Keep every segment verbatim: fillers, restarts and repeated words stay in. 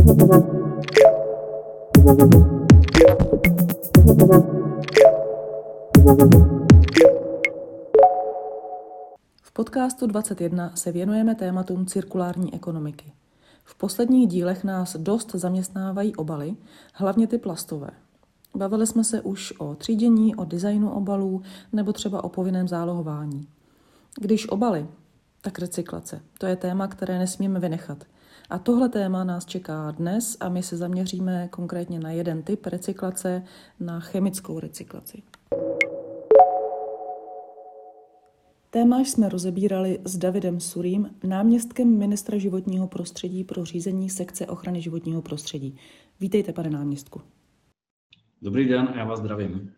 V podcastu dvacet jedna se věnujeme tématům cirkulární ekonomiky. V posledních dílech nás dost zaměstnávají obaly, hlavně ty plastové. Bavili jsme se už o třídění, o designu obalů nebo třeba o povinném zálohování. Když obaly, tak recyklace. To je téma, které nesmíme vynechat. A tohle téma nás čeká dnes a my se zaměříme konkrétně na jeden typ recyklace, na chemickou recyklaci. Téma jsme rozebírali s Davidem Surým, náměstkem ministra životního prostředí pro řízení sekce ochrany životního prostředí. Vítejte, pane náměstku. Dobrý den, já vás zdravím.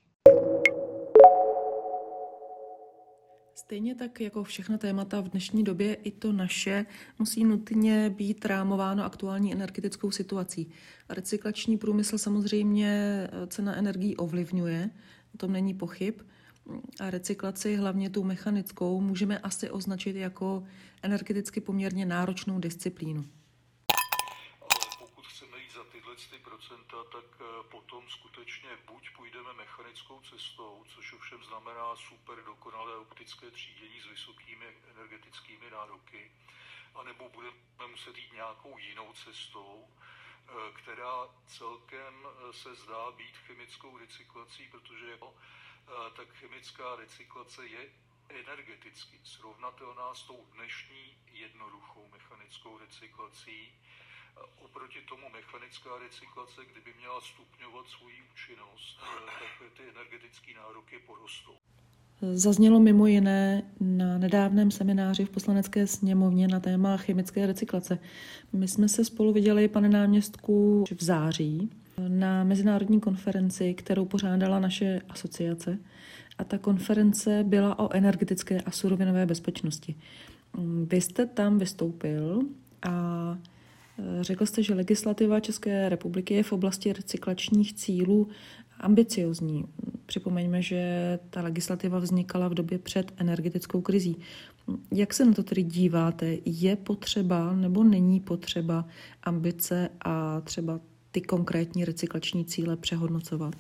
Stejně tak jako všechna témata v dnešní době, i to naše musí nutně být rámováno aktuální energetickou situací. Recyklační průmysl samozřejmě cena energií ovlivňuje, o tom není pochyb. A recyklaci, hlavně tu mechanickou, můžeme asi označit jako energeticky poměrně náročnou disciplínu. Ale pokud chceme jít za tyhle ty procenta, tak potom skutečně buď půjdeme mechanickou cestou, což ovšem znamená super dokonalé optické třídění s vysokými energetickými nároky, anebo budeme muset jít nějakou jinou cestou, která celkem se zdá být chemickou recyklací, protože jako tak chemická recyklace je energeticky srovnatelná s tou dnešní jednoduchou mechanickou recyklací. Oproti tomu mechanická recyklace, kdyby měla stupňovat svoji účinnost, tak ty energetické nároky porostou. Zaznělo mimo jiné na nedávném semináři v Poslanecké sněmovně na téma chemické recyklace. My jsme se spolu viděli, pane náměstku, v září na mezinárodní konferenci, kterou pořádala naše asociace. A ta konference byla o energetické a surovinové bezpečnosti. Vy jste tam vystoupil a řekl jste, že legislativa České republiky je v oblasti recyklačních cílů ambiciozní. Připomeňme, že ta legislativa vznikala v době před energetickou krizí. Jak se na to tedy díváte? Je potřeba nebo není potřeba ambice a třeba ty konkrétní recyklační cíle přehodnocovat?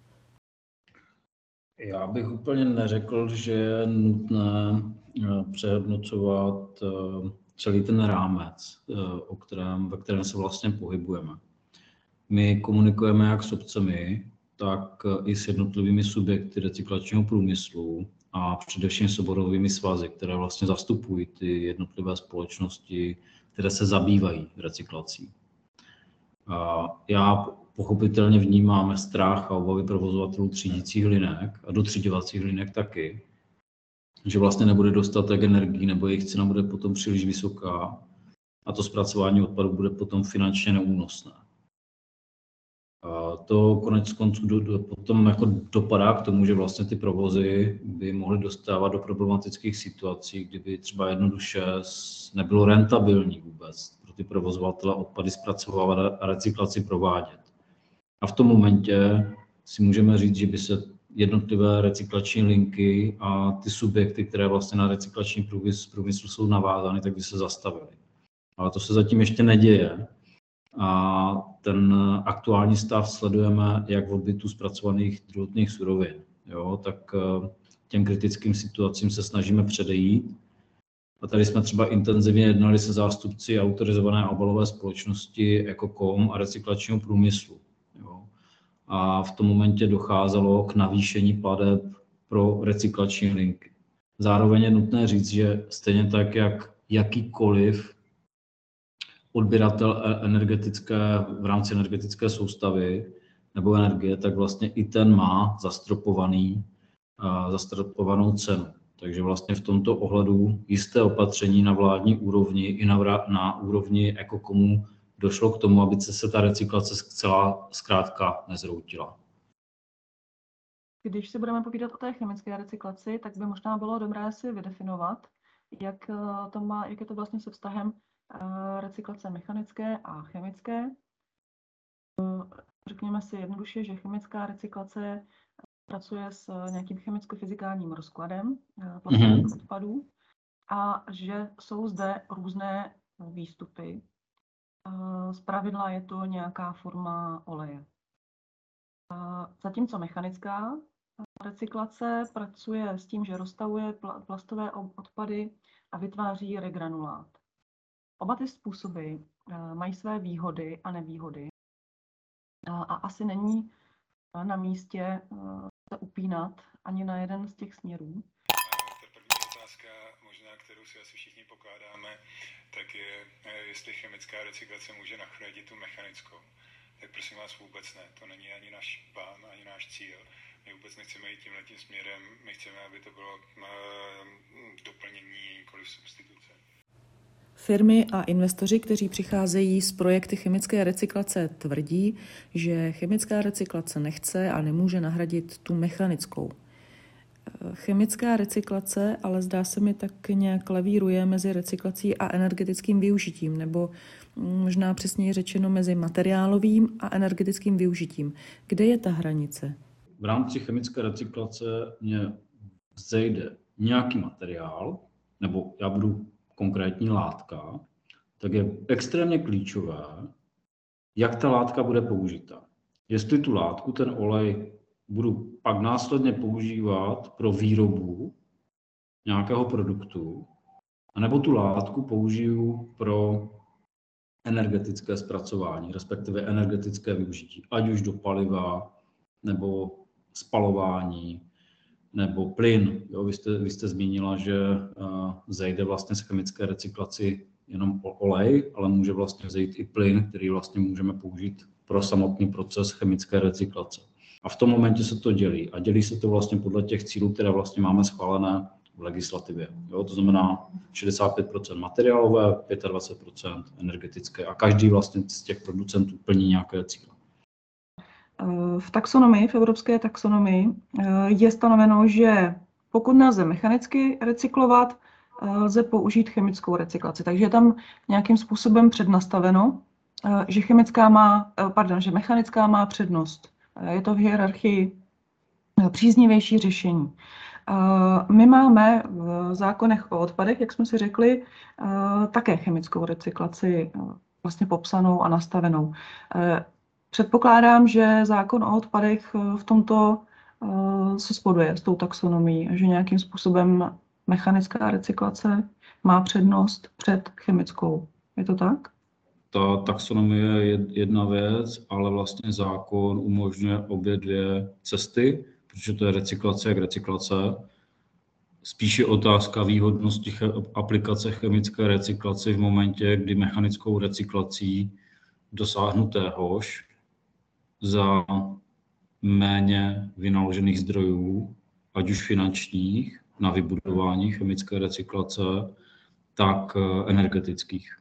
Já bych úplně neřekl, že je nutné přehodnocovat celý ten rámec, o kterém, ve kterém se vlastně pohybujeme. My komunikujeme jak s obcemi, tak i s jednotlivými subjekty recyklačního průmyslu a především s oborovými svazy, které vlastně zastupují ty jednotlivé společnosti, které se zabývají recyklací. Já pochopitelně vnímám strach a obavy provozovatelů třídicích linek a dotřiďovacích linek taky, že vlastně nebude dostatek energií nebo jejich cena bude potom příliš vysoká a to zpracování odpadu bude potom finančně neúnosné. A to konec konců do, do, potom jako dopadá k tomu, že vlastně ty provozy by mohly dostávat do problematických situací, kdyby třeba jednoduše nebylo rentabilní vůbec pro ty provozovatele odpady zpracovávat a recyklaci provádět. A v tom momentě si můžeme říct, že by se jednotlivé recyklační linky a ty subjekty, které vlastně na recyklační průmyslu jsou navázány, tak by se zastavily. Ale to se zatím ještě neděje. A ten aktuální stav sledujeme jak v odbytu zpracovaných druhotných surovin. Jo, tak těm kritickým situacím se snažíme předejít. A tady jsme třeba intenzivně jednali se zástupci autorizované obalové společnosti Ecocom a recyklačního průmyslu. Jo. A v tom momentě docházelo k navýšení plateb pro recyklační linky. Zároveň je nutné říct, že stejně tak, jak jakýkoliv odběratel energetické, v rámci energetické soustavy nebo energie, tak vlastně i ten má zastropovaný, zastropovanou cenu. Takže vlastně v tomto ohledu jisté opatření na vládní úrovni i na, na úrovni Ecocomu došlo k tomu, aby se ta recyklace zcela zkrátka nezroutila. Když si budeme povídat o té chemické recyklaci, tak by možná bylo dobré si vydefinovat, jak, to má, jak je to vlastně se vztahem recyklace mechanické a chemické. Řekněme si jednoduše, že chemická recyklace pracuje s nějakým chemicko-fyzikálním rozkladem plastových mm-hmm. odpadů a že jsou zde různé výstupy. Zpravidla je to nějaká forma oleje. Zatímco mechanická recyklace pracuje s tím, že roztahuje plastové odpady a vytváří regranulát. Oba ty způsoby mají své výhody a nevýhody. A asi není na místě se upínat ani na jeden z těch směrů. Ta první otázka, možná kterou si asi všichni pokládáme, tak je, jestli chemická recyklace může nahradit tu mechanickou. Tak prosím vás, vůbec ne. To není ani náš plán, ani náš cíl. My vůbec nechceme jít tímhletím směrem. My chceme, aby to bylo doplnění, nikoliv substituce. Firmy a investoři, kteří přicházejí s projekty chemické recyklace, tvrdí, že chemická recyklace nechce a nemůže nahradit tu mechanickou. Chemická recyklace ale zdá se mi tak nějak lavíruje mezi recyklací a energetickým využitím, nebo možná přesněji řečeno mezi materiálovým a energetickým využitím. Kde je ta hranice? V rámci chemické recyklace mě vzejde nějaký materiál, nebo já budu konkrétní látka, tak je extrémně klíčové, jak ta látka bude použita. Jestli tu látku, ten olej, budu pak následně používat pro výrobu nějakého produktu, anebo tu látku použiju pro energetické zpracování, respektive energetické využití, ať už do paliva, nebo spalování, nebo plyn. Jo, vy, jste, vy jste zmínila, že uh, zejde vlastně z chemické recyklaci jenom olej, ale může vlastně vzejít i plyn, který vlastně můžeme použít pro samotný proces chemické recyklace. A v tom momentě se to dělí. A dělí se to vlastně podle těch cílů, které vlastně máme schválené v legislativě. Jo, to znamená šedesát pět procent materiálové, dvacet pět procent energetické. A každý vlastně z těch producentů plní nějaké cíle. V taxonomii, v evropské taxonomii je stanoveno, že pokud nelze mechanicky recyklovat, lze použít chemickou recyklaci. Takže je tam nějakým způsobem přednastaveno, že chemická má, pardon, že mechanická má přednost. Je to v hierarchii příznivější řešení. My máme v zákonech o odpadech, jak jsme si řekli, také chemickou recyklaci vlastně popsanou a nastavenou. Předpokládám, že zákon o odpadech v tomto se shoduje s tou taxonomií, že nějakým způsobem mechanická recyklace má přednost před chemickou. Je to tak? Ta taxonomie je jedna věc, ale vlastně zákon umožňuje obě dvě cesty, protože to je recyklace jak recyklace. Spíše otázka výhodnosti aplikace chemické recyklace v momentě, kdy mechanickou recyklací dosáhnu téhož za méně vynaložených zdrojů, ať už finančních na vybudování chemické recyklace, tak energetických.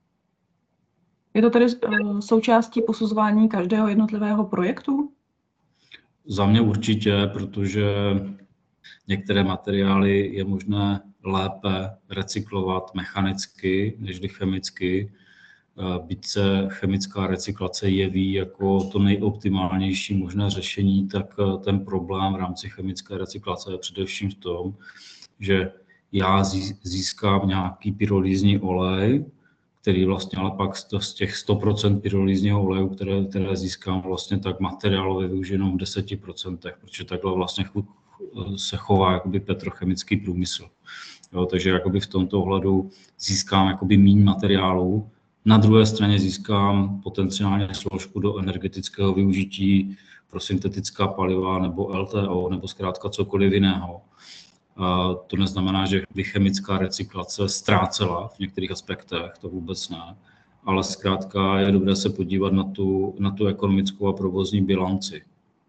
Je to tedy součástí posuzování každého jednotlivého projektu? Za mě určitě, protože některé materiály je možné lépe recyklovat mechanicky než chemicky. Byť se chemická recyklace jeví jako to nejoptimálnější možné řešení, tak ten problém v rámci chemické recyklace je především v tom, že já získám nějaký pyrolýzní olej, který vlastně ale pak z těch sto procent pyrolýzního oleju, které, které získám, vlastně tak materiálově využiju jenom v deseti procentech, protože takhle vlastně se chová jakoby petrochemický průmysl. Jo, takže jakoby v tomto ohledu získám jakoby míň materiálů. Na druhé straně získám potenciálně složku do energetického využití pro syntetická paliva nebo L T O nebo zkrátka cokoliv jiného. To neznamená, že by chemická recyklace ztrácela v některých aspektech, to vůbec ne, ale zkrátka je dobré se podívat na tu, na tu ekonomickou a provozní bilanci.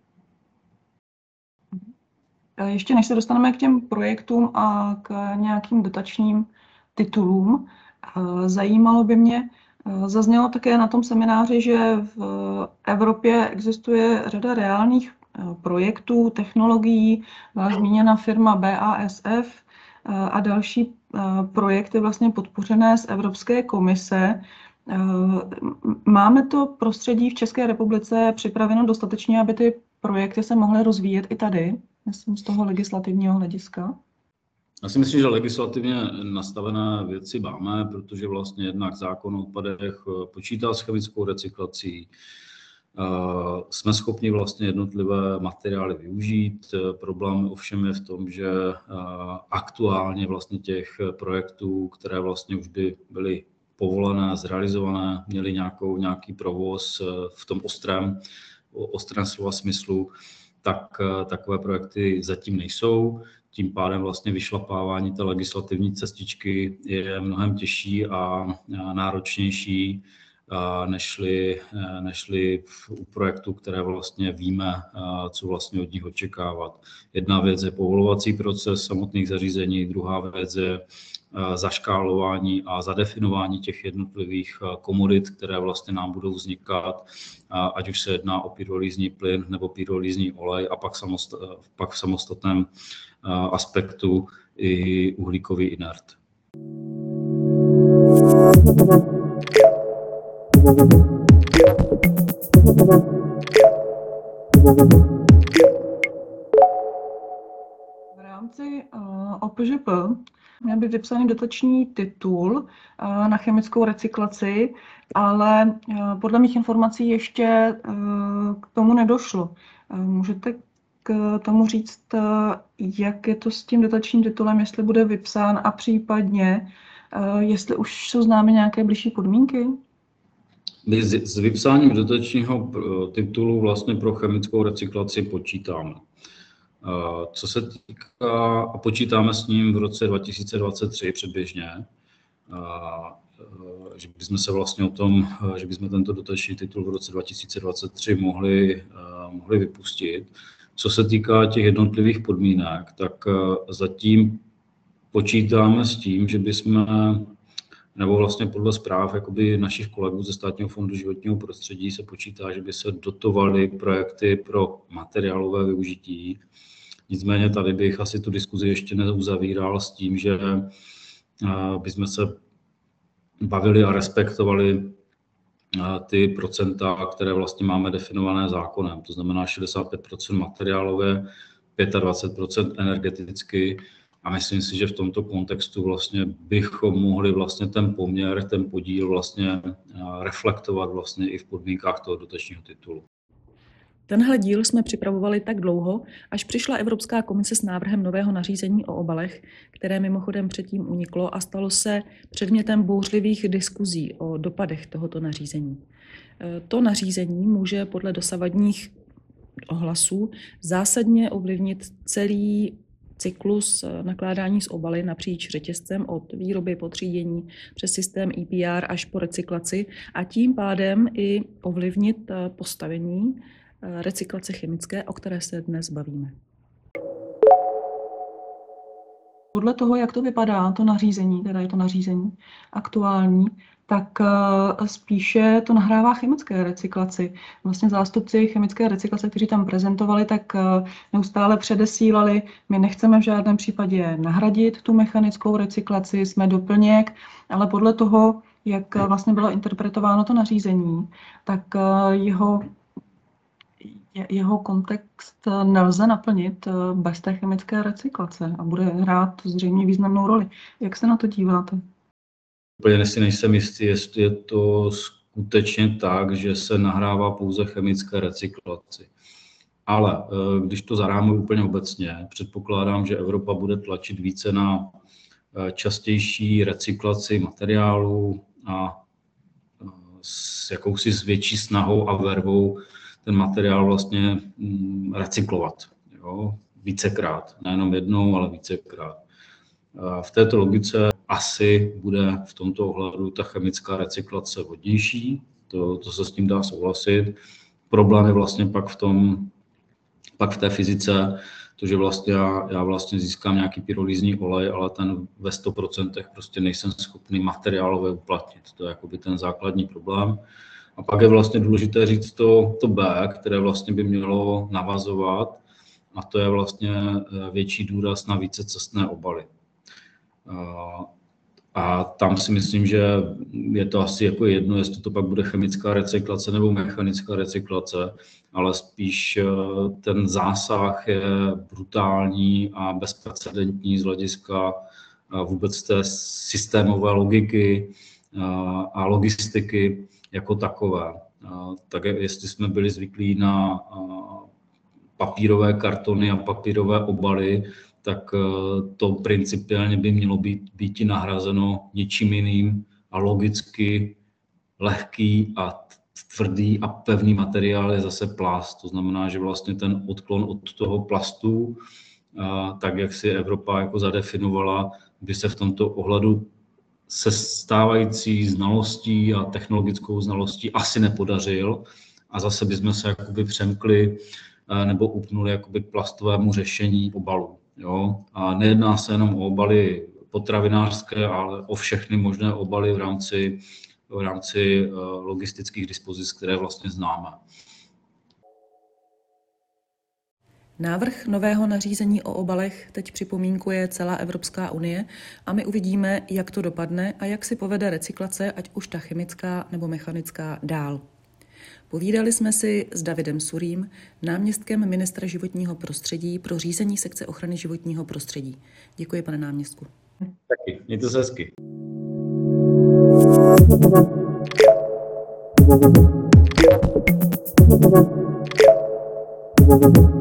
Ještě než se dostaneme k těm projektům a k nějakým dotačním titulům, zajímalo by mě, zaznělo také na tom semináři, že v Evropě existuje řada reálných projektů, technologií, byla zmíněna firma B A S F a další projekty vlastně podpořené z Evropské komise. Máme to prostředí v České republice připraveno dostatečně, aby ty projekty se mohly rozvíjet i tady, myslím z toho legislativního hlediska? Já si myslím, že legislativně nastavené věci máme, protože vlastně jednak zákon o odpadech počítá s chemickou recyklací. Jsme schopni vlastně jednotlivé materiály využít. Problém ovšem je v tom, že aktuálně vlastně těch projektů, které vlastně už by byly povolené, zrealizované, měly nějakou, nějaký provoz v tom ostrém, ostrém slova smyslu, tak takové projekty zatím nejsou. Tím pádem vlastně vyšlapávání té legislativní cestičky je mnohem těžší a náročnější, nežli, nežli u projektů, které vlastně víme, co vlastně od nich očekávat. Jedna věc je povolovací proces samotných zařízení, druhá věc je zaškálování a zadefinování těch jednotlivých komodit, které vlastně nám budou vznikat, ať už se jedná o pyrolýzní plyn nebo pyrolýzní olej a pak, samost, pak v samostatném aspektu i uhlíkový inert. V rámci O P Ž P měl být vypsaný dotační titul na chemickou recyklaci, ale podle mých informací ještě k tomu nedošlo. Můžete k tomu říct, jak je to s tím dotačním titulem, jestli bude vypsán a případně, jestli už jsou známy nějaké bližší podmínky? My s vypsáním dotačního titulu vlastně pro chemickou recyklaci počítáme. Co se týká, a počítáme s ním v roce dva tisíce dvacet tři předběžně, že bychom se vlastně o tom, že bychom tento dotační titul v roce dva tisíce dvacet tři mohli, mohli vypustit. Co se týká těch jednotlivých podmínek, tak zatím počítáme s tím, že bychom, nebo vlastně podle zpráv jakoby našich kolegů ze Státního fondu životního prostředí se počítá, že by se dotovaly projekty pro materiálové využití. Nicméně tady bych asi tu diskuzi ještě neuzavíral s tím, že bychom se bavili a respektovali ty procenta, které vlastně máme definované zákonem. To znamená šedesát pět procent materiálově, dvacet pět procent energeticky. A myslím si, že v tomto kontextu vlastně bychom mohli vlastně ten poměr, ten podíl vlastně reflektovat vlastně i v podmínkách toho dotačního titulu. Tenhle díl jsme připravovali tak dlouho, až přišla Evropská komise s návrhem nového nařízení o obalech, které mimochodem předtím uniklo a stalo se předmětem bouřlivých diskuzí o dopadech tohoto nařízení. To nařízení může podle dosavadních ohlasů zásadně ovlivnit celý cyklus nakládání s obaly napříč řetězcem od výroby po třídění přes systém E P R až po recyklaci a tím pádem i ovlivnit postavení recyklace chemické, o které se dnes bavíme. Podle toho, jak to vypadá, to nařízení, teda je to nařízení aktuální, tak spíše to nahrává chemické recyklaci. Vlastně zástupci chemické recyklace, kteří tam prezentovali, tak neustále předesílali, my nechceme v žádném případě nahradit tu mechanickou recyklaci, jsme doplněk, ale podle toho, jak vlastně bylo interpretováno to nařízení, tak jeho jeho kontext nelze naplnit bez té chemické recyklace a bude hrát zřejmě významnou roli. Jak se na to díváte? Úplně si nejsem jistý, jestli je to skutečně tak, že se nahrává pouze chemické recyklaci. Ale když to zarámuji úplně obecně, předpokládám, že Evropa bude tlačit více na častější recyklaci materiálů a s jakousi s větší snahou a vervou ten materiál vlastně recyklovat, jo, vícekrát, nejenom jednou, ale vícekrát. V této logice asi bude v tomto ohledu ta chemická recyklace vhodnější, to, to se s tím dá souhlasit. Problém je vlastně pak v tom, pak v té fyzice, to, že vlastně já, já vlastně získám nějaký pyrolýzní olej, ale ten ve sto procent prostě nejsem schopný materiálové uplatnit. To je jakoby ten základní problém. A pak je vlastně důležité říct to, to B, které vlastně by mělo navazovat, a to je vlastně větší důraz na vícecestné obaly. A tam si myslím, že je to asi jako jedno, jestli to pak bude chemická recyklace nebo mechanická recyklace, ale spíš ten zásah je brutální a bezprecedentní z hlediska vůbec té systémové logiky a logistiky jako takové. Tak jestli jsme byli zvyklí na papírové kartony a papírové obaly, tak to principiálně by mělo být, být nahrazeno něčím jiným a logicky lehký a tvrdý a pevný materiál je zase plast. To znamená, že vlastně ten odklon od toho plastu, tak jak si Evropa jako zadefinovala, by se v tomto ohledu se stávající znalostí a technologickou znalostí asi nepodařil a zase bychom se jakoby přemkli nebo upnuli jakoby k plastovému řešení obalu. Jo? A nejedná se jenom o obaly potravinářské, ale o všechny možné obaly v rámci, v rámci logistických dispozic, které vlastně známe. Návrh nového nařízení o obalech teď připomínkuje celá Evropská unie a my uvidíme, jak to dopadne a jak si povede recyklace, ať už ta chemická nebo mechanická, dál. Povídali jsme si s Davidem Surým, náměstkem ministra životního prostředí pro řízení sekce ochrany životního prostředí. Děkuji, pane náměstku. Taky, mějte se hezky. Thank you.